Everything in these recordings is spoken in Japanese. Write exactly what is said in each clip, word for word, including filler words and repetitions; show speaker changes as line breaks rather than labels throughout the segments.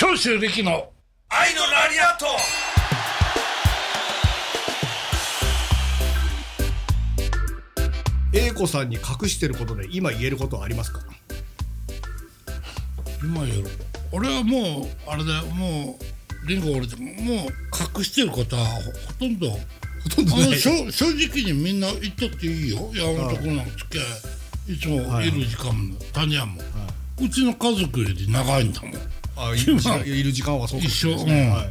長州力の
愛のラリアット。
英子さんに隠してることで今言えることはありますか？
今言える。俺はもうあれだよ、もうリンゴ折れてもう隠してることはほとんど
ほとんどない。
あの正正直にみんな言っとっていいよ。山本君の付き合いいつもいる時間も、はい、谷山も、はい、うちの家族より長いんだもん。
あいる時間いる時間はそうかもしれないですね。
一緒、うん
はい、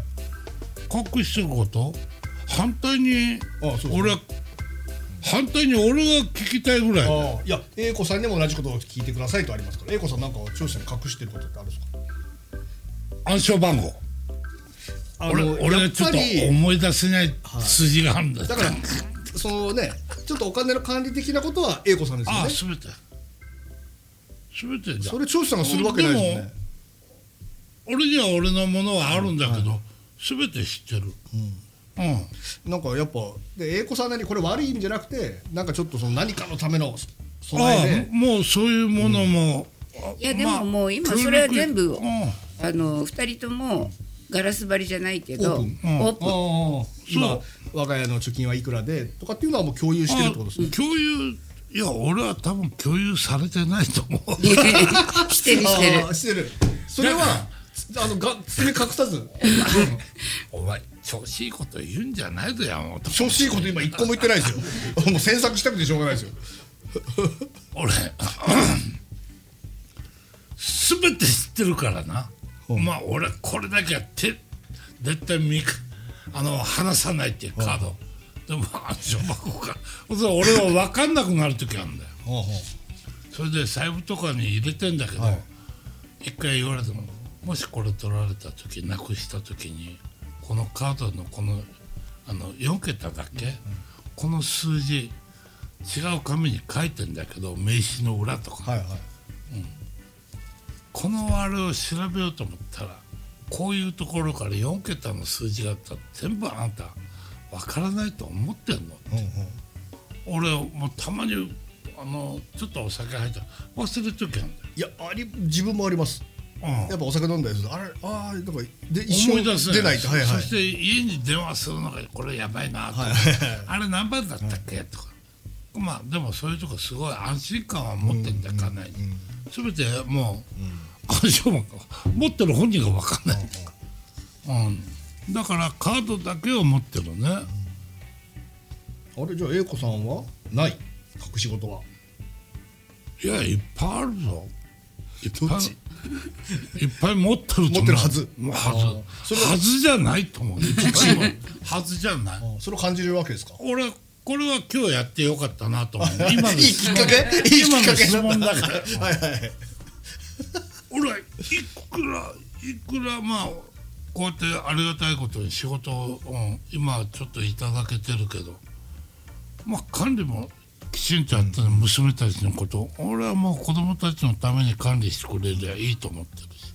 隠してること反対に
あそう
俺は反対に俺が聞きたいぐらい。
あいや英子さんにも同じことを聞いてくださいとありますから。英子さんなんか長州さんに隠してることってあるんですか？
暗証番号。
あの
俺俺はちょっと思い出せない筋があるんだ、はい、
だからそのねちょっとお金の管理的なことは英子さんですよね。
ああ全て全てじゃん。
それ長州さんがするわけないですよね。
俺には俺のものはあるんだけど、はい、全て知ってる、うん
うん、なんかやっぱで英子さんなりこれ悪い意味じゃなくてなんかちょっとその何かのための備えで
もうそういうものも、
うん、いやでももう今それは全部、うん、あのふたりともガラス張りじゃないけどオープン、うん、オープン
今我が家の貯金はいくらでとかっていうのはもう共有してるってことですね。
共有いや俺は多分共有されてないと思う。
してるしてる
してる。それはあのが爪隠さず
お前調子いいこと言うんじゃないぞ山本。
調子いいこと今一個も言ってないですよ。もう詮索したくてしょうがないですよ。
俺全て知ってるからな、うん、まあ俺これだけは手絶対見あの離さないっていうカード、うん、でも暗証番号か俺は分かんなくなる時あるんだよ。うん、それで財布とかに入れてんだけど、はい、一回言われてももしこれ取られた時なくした時にこのカードのこのあのよん桁だっけ、うん、この数字違う紙に書いてんだけど名刺の裏とか、はいはいうん、このあれを調べようと思ったらこういうところからよん桁の数字があったら全部あなたわからないと思ってんのって、うんうん、俺もうたまにあのちょっとお酒入ったら忘れる時あるんだよ。
いやあり自分もあります、うん、やっぱお酒飲んだりするとあれあなんかで一
思い出せない。
出ないと、はいはい、
そして家に電話するのがこれやばいなと、はいはいはい、あれ何番だったっけ、はい、とかまあでもそういうとこすごい安心感は持ってんだかんないに、うんうん、全てもう暗証番号持ってる本人が分かんない、うんうん、だからカードだけを持ってるね、
うん、あれじゃあ英子さんはない隠し事は？
いやいっぱいあるぞ。いっぱいいっぱい持ってると思う。
持ってるはず
はずはずじゃないと思う。はずじゃない。
それを感じるわけですか？
俺これは今日やってよかったなと思う。今の
いいきっかけいい
今の質問だから。
はいはい。
俺いくらいくらまあこうやってありがたいことに仕事を、うん、今ちょっといただけてるけど、まあ管理もきちんとやってる娘たちのこと俺はもう子供たちのために管理してくれりゃいいと思ってるし、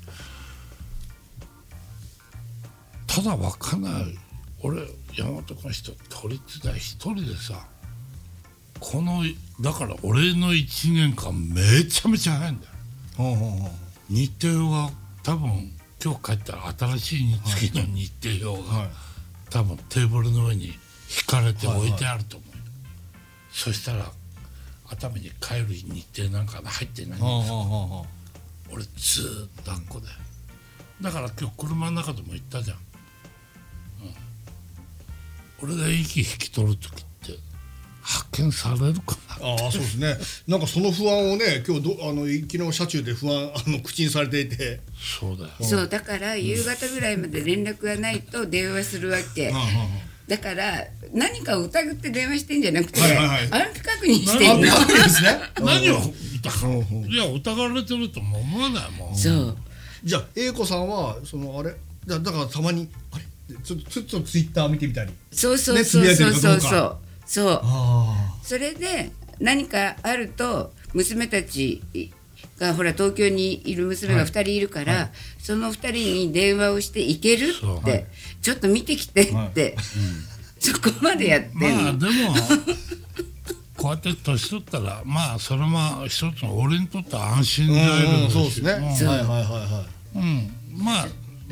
ただ分かんない。俺山本君人都立大一人でさこのだから俺のいちねんかんめちゃめちゃ早いんだよ。ほうほうほう日程が多分今日帰ったら新しい月の日程表が、はい、多分テーブルの上に引かれて置いてあると思う、はいはい、そしたら頭に帰る日程なんか入ってないんですよ。俺ずっとあっこでだから今日車の中でも言ったじゃん、うん、俺が息引き取る時って発見されるかな。
ああそうですね。なんかその不安をね今日どあの行きの車中で不安あの口にされていて。
そうだよ。
そうだから夕方ぐらいまで連絡がないと電話するわけ、うん、だから何かを疑って電話してんじゃなくて、はいはいはい、安否確認してんの。
安否確認ですね。
何を疑ういや疑われてるとも思わないもん。
そう
じゃあ英子さんはそのあれだだからたまにあれちょっとちょっとツイッター見てみたり
そうそうそうそうそうそうそうそれで何かあると娘たちがほら東京にいる娘がふたりいるから、はいはい、そのふたりに電話をして行けるって、はい、ちょっと見てきてって、はいうん、そこまでやってんの。
まあでもこうやって年取ったらまあそれも一つの俺にとっては安心材料ですし、
うんうん、そうですね、うん、はいはいはいはい、
うん、まあま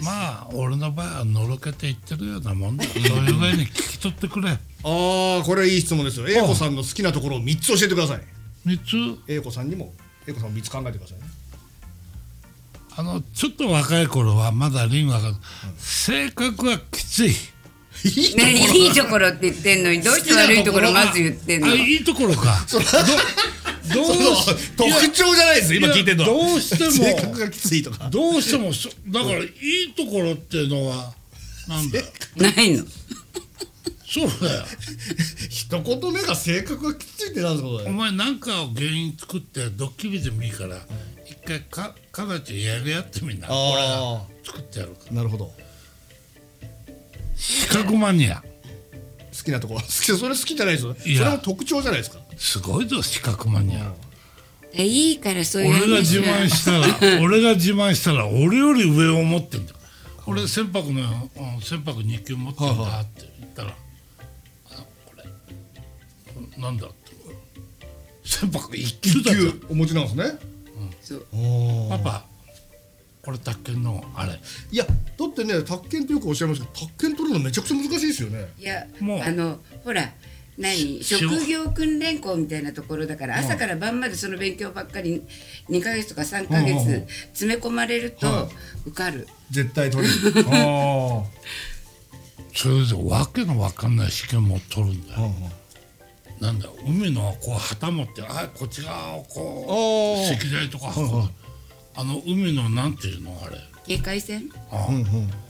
俺の場合はのろけて言ってるようなもんだ。そういう具合に聞き取ってくれ。
ああ、これはいい質問ですよ。英子さんの好きなところをみっつ教えてください。
みっつ。
英子さんにも英子さんもみっつ考えてくださいね。
あのちょっと若い頃はまだリンが、うん、性格がきつい。
いいところ、ね、いいところって言ってんのにどうして悪いところまず言ってんの。
あ、いいところか。どう
特徴じゃないです今聞いてんのは。
どうしても
性格がきついとか。
どうしてもそだからいいところっていうのはなんだよ。
ないの。
そうだよ。
一言目が性格がきついってなんですか。
お前なんかを原因作ってドッキリでもいいから、うん、一回かかなちやり合ってみんな。俺が作ってやるから。
なるほど。
四角マニア。
好きなところ。それ好きじゃないですよ。それも特徴じゃないですか。
すごいぞ四角マニア。
えいいからそういう
俺が自慢したら俺が自慢したら俺より上を持ってんだ。俺船舶の、うん、船舶に級持ってんだって言ったら、あのこれなんだって船舶いっ級だぞ。
お持ちなんですね。
うん、
パパこれ宅建のあれ。
いやだってね宅建とよくおっしゃいますけど宅建取るのめちゃくちゃ難しいですよね。
いやもうあのほら何職業訓練校みたいなところだから朝から晩までその勉強ばっかりにかげつとかさんかげつ詰め込まれると受かる。
絶対取れる。あ
それでわけのわかんない試験も取るんだよ。なんだ海のこう旗持ってあこっち側をこう石材とか運ぶ。あの海のなんていうのあれ
警戒線。
ああ、うんうん、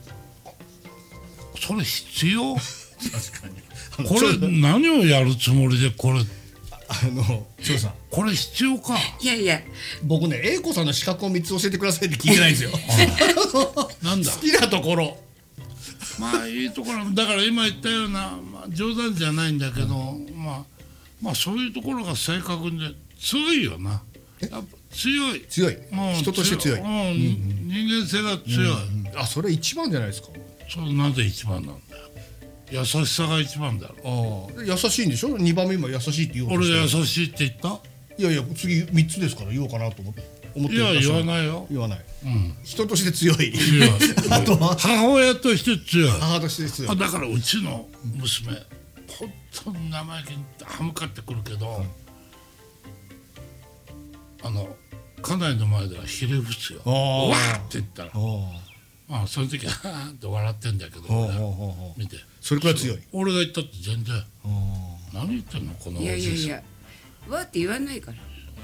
それ必要。
確かに。
これ何をやるつもりでこれ
あの長さん
これ必要か。
いやいや
僕ね英子さんの資格をみっつ教えてくださいって聞いてないんですよ。
なんだ
好きなところ。
まあいいところだから今言ったような、まあ、冗談じゃないんだけど、うん、まあまあそういうところが正確で強いよな。やっぱ強い
強い、うん、人として強い、うんうん、
人間性が強い、
うんうん、あそれ一番じゃないですか。
それなぜ一番なんだよ。優しさが一番だろ。
あ優しいんでしょ。にばんめ今優しいって言おうとして。
俺優しいって言った。
いやいや次みっつですから言おうかなと思って思って。
いや言わないよ。
言わない、
うん、
人として強い。
あとは母親として強い。
母として強い。
だからうちの娘本当に生意気に歯向かってくるけど、うん、あの家内の前ではひれ伏すよ。わーって言ったらまあその時ははーって笑ってんだけど見て
それくらい強い。
俺が言ったって全然何言ってんのこのおじさん。
いやいやいやわーって言わないから。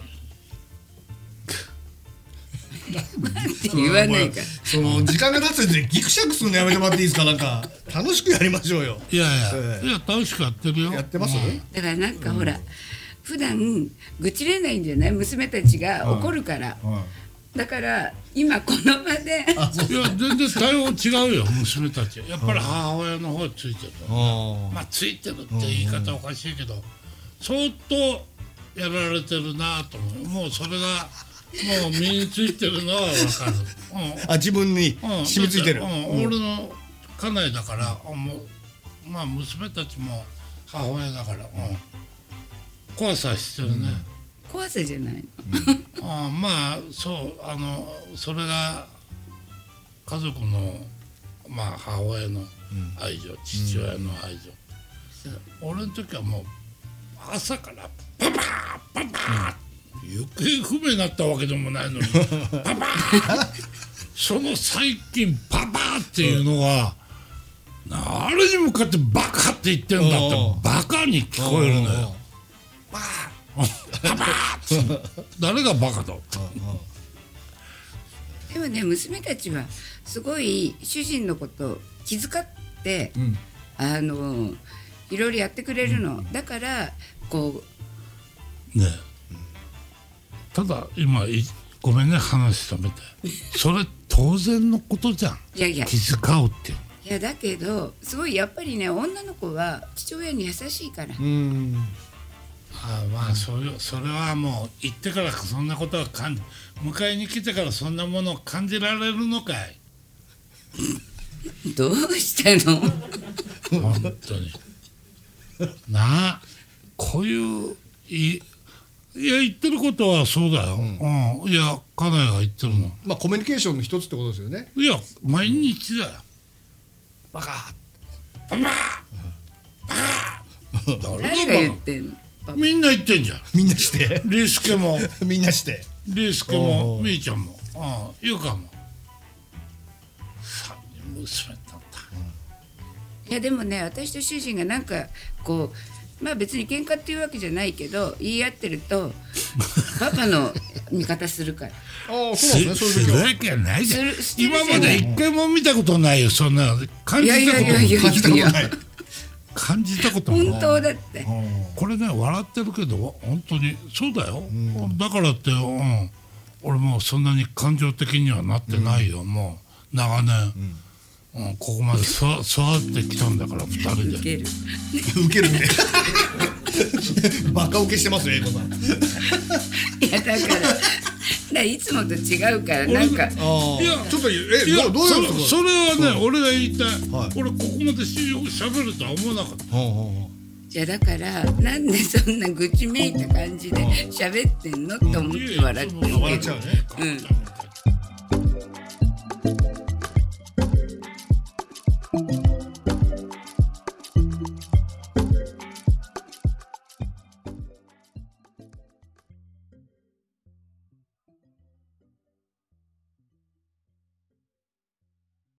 わーって言わないから。
その時間が経つんでギクシャクするのやめてもらっていいですか。なんか楽しくやりましょうよ。
いやいや、えー、いや楽しくやってるよ。
やってます、うん、
だからなんかほら、うん、普段愚痴れないんじゃない娘たちが怒るから、うんうん、だから今この場でいや
全然対応違うよ娘たちやっぱり母親の方についてる、うん、まあついてるって言い方おかしいけど相当やられてるなと思う。もうそれがもう身についてるのは分かる、
うん、あ自分に染みついてる、
うんうん、俺の家内だから、うん、もうまあ娘たちも母親だから、うん、怖さしてるね、
うん、怖さじゃないの、
うん、あまあそうあのそれが家族のまあ母親の愛情、うん、父親の愛情、うん、俺の時はもう朝からパパーパパー、うん行方不明になったわけでもないのにパパーその最近パパーっていうのは誰に向かってバカって言ってんだってバカに聞こえるのよ。パーパパー誰がバカだって
でもね娘たちはすごい主人のことを気遣って、うん、あのいろいろやってくれるの、うん、だからこう
ねえただ今ごめんね話止めてそれ当然のことじゃん。
いやいや
気遣うって
いやだけどすごいやっぱりね女の子は父親に優しいから。
うんああまあそれ、それはもう行ってからそんなことは感じ迎えに来てからそんなものを感じられるのかい
どうしたの
本当になあこういういいや言ってることはそうだよ、うんうん、いや家内が言ってるの、
まあコミュニケーションの一つってことですよね。
いや毎日だよ、
バカ
バカ
誰が言ってんの？
みんな言ってんじゃん。
みんなして
リスケも
みんなして
リスケもみーちゃんもああゆかもさんにん娘だった。
いやでもね、私と主人がなんかこうまあ別に喧嘩っていうわけじゃないけど言い合ってるとパパの味方するから。
ああそうなんですね。そういう
する
時は
わけはないじゃん。
するしてるじゃない
今まで一回も見たことないよそんな感じたこと
いやいやいやいや
感じたことない
感じたことない
本当だって。
これね笑ってるけど本当にそうだよ、うん、だからって、うん、俺もそんなに感情的にはなってないよ、うん、もう長年、うんうん、ここまで育ってきたんだからふたりで
ウケる
ウケるねバカウケしてますね英子さん。
い
やだからだからいつもと違うからなんか
いやちょっとえ
いや
どうどういうこと
それはね、
はい、
俺が言いたい、
はい、
俺ここまでしゃべるとは思わなかった、はあはあ、
じゃあだからなんでそんな愚痴めいた感じで喋ってんのって思って笑ってるけど、
笑っちゃうね、
うん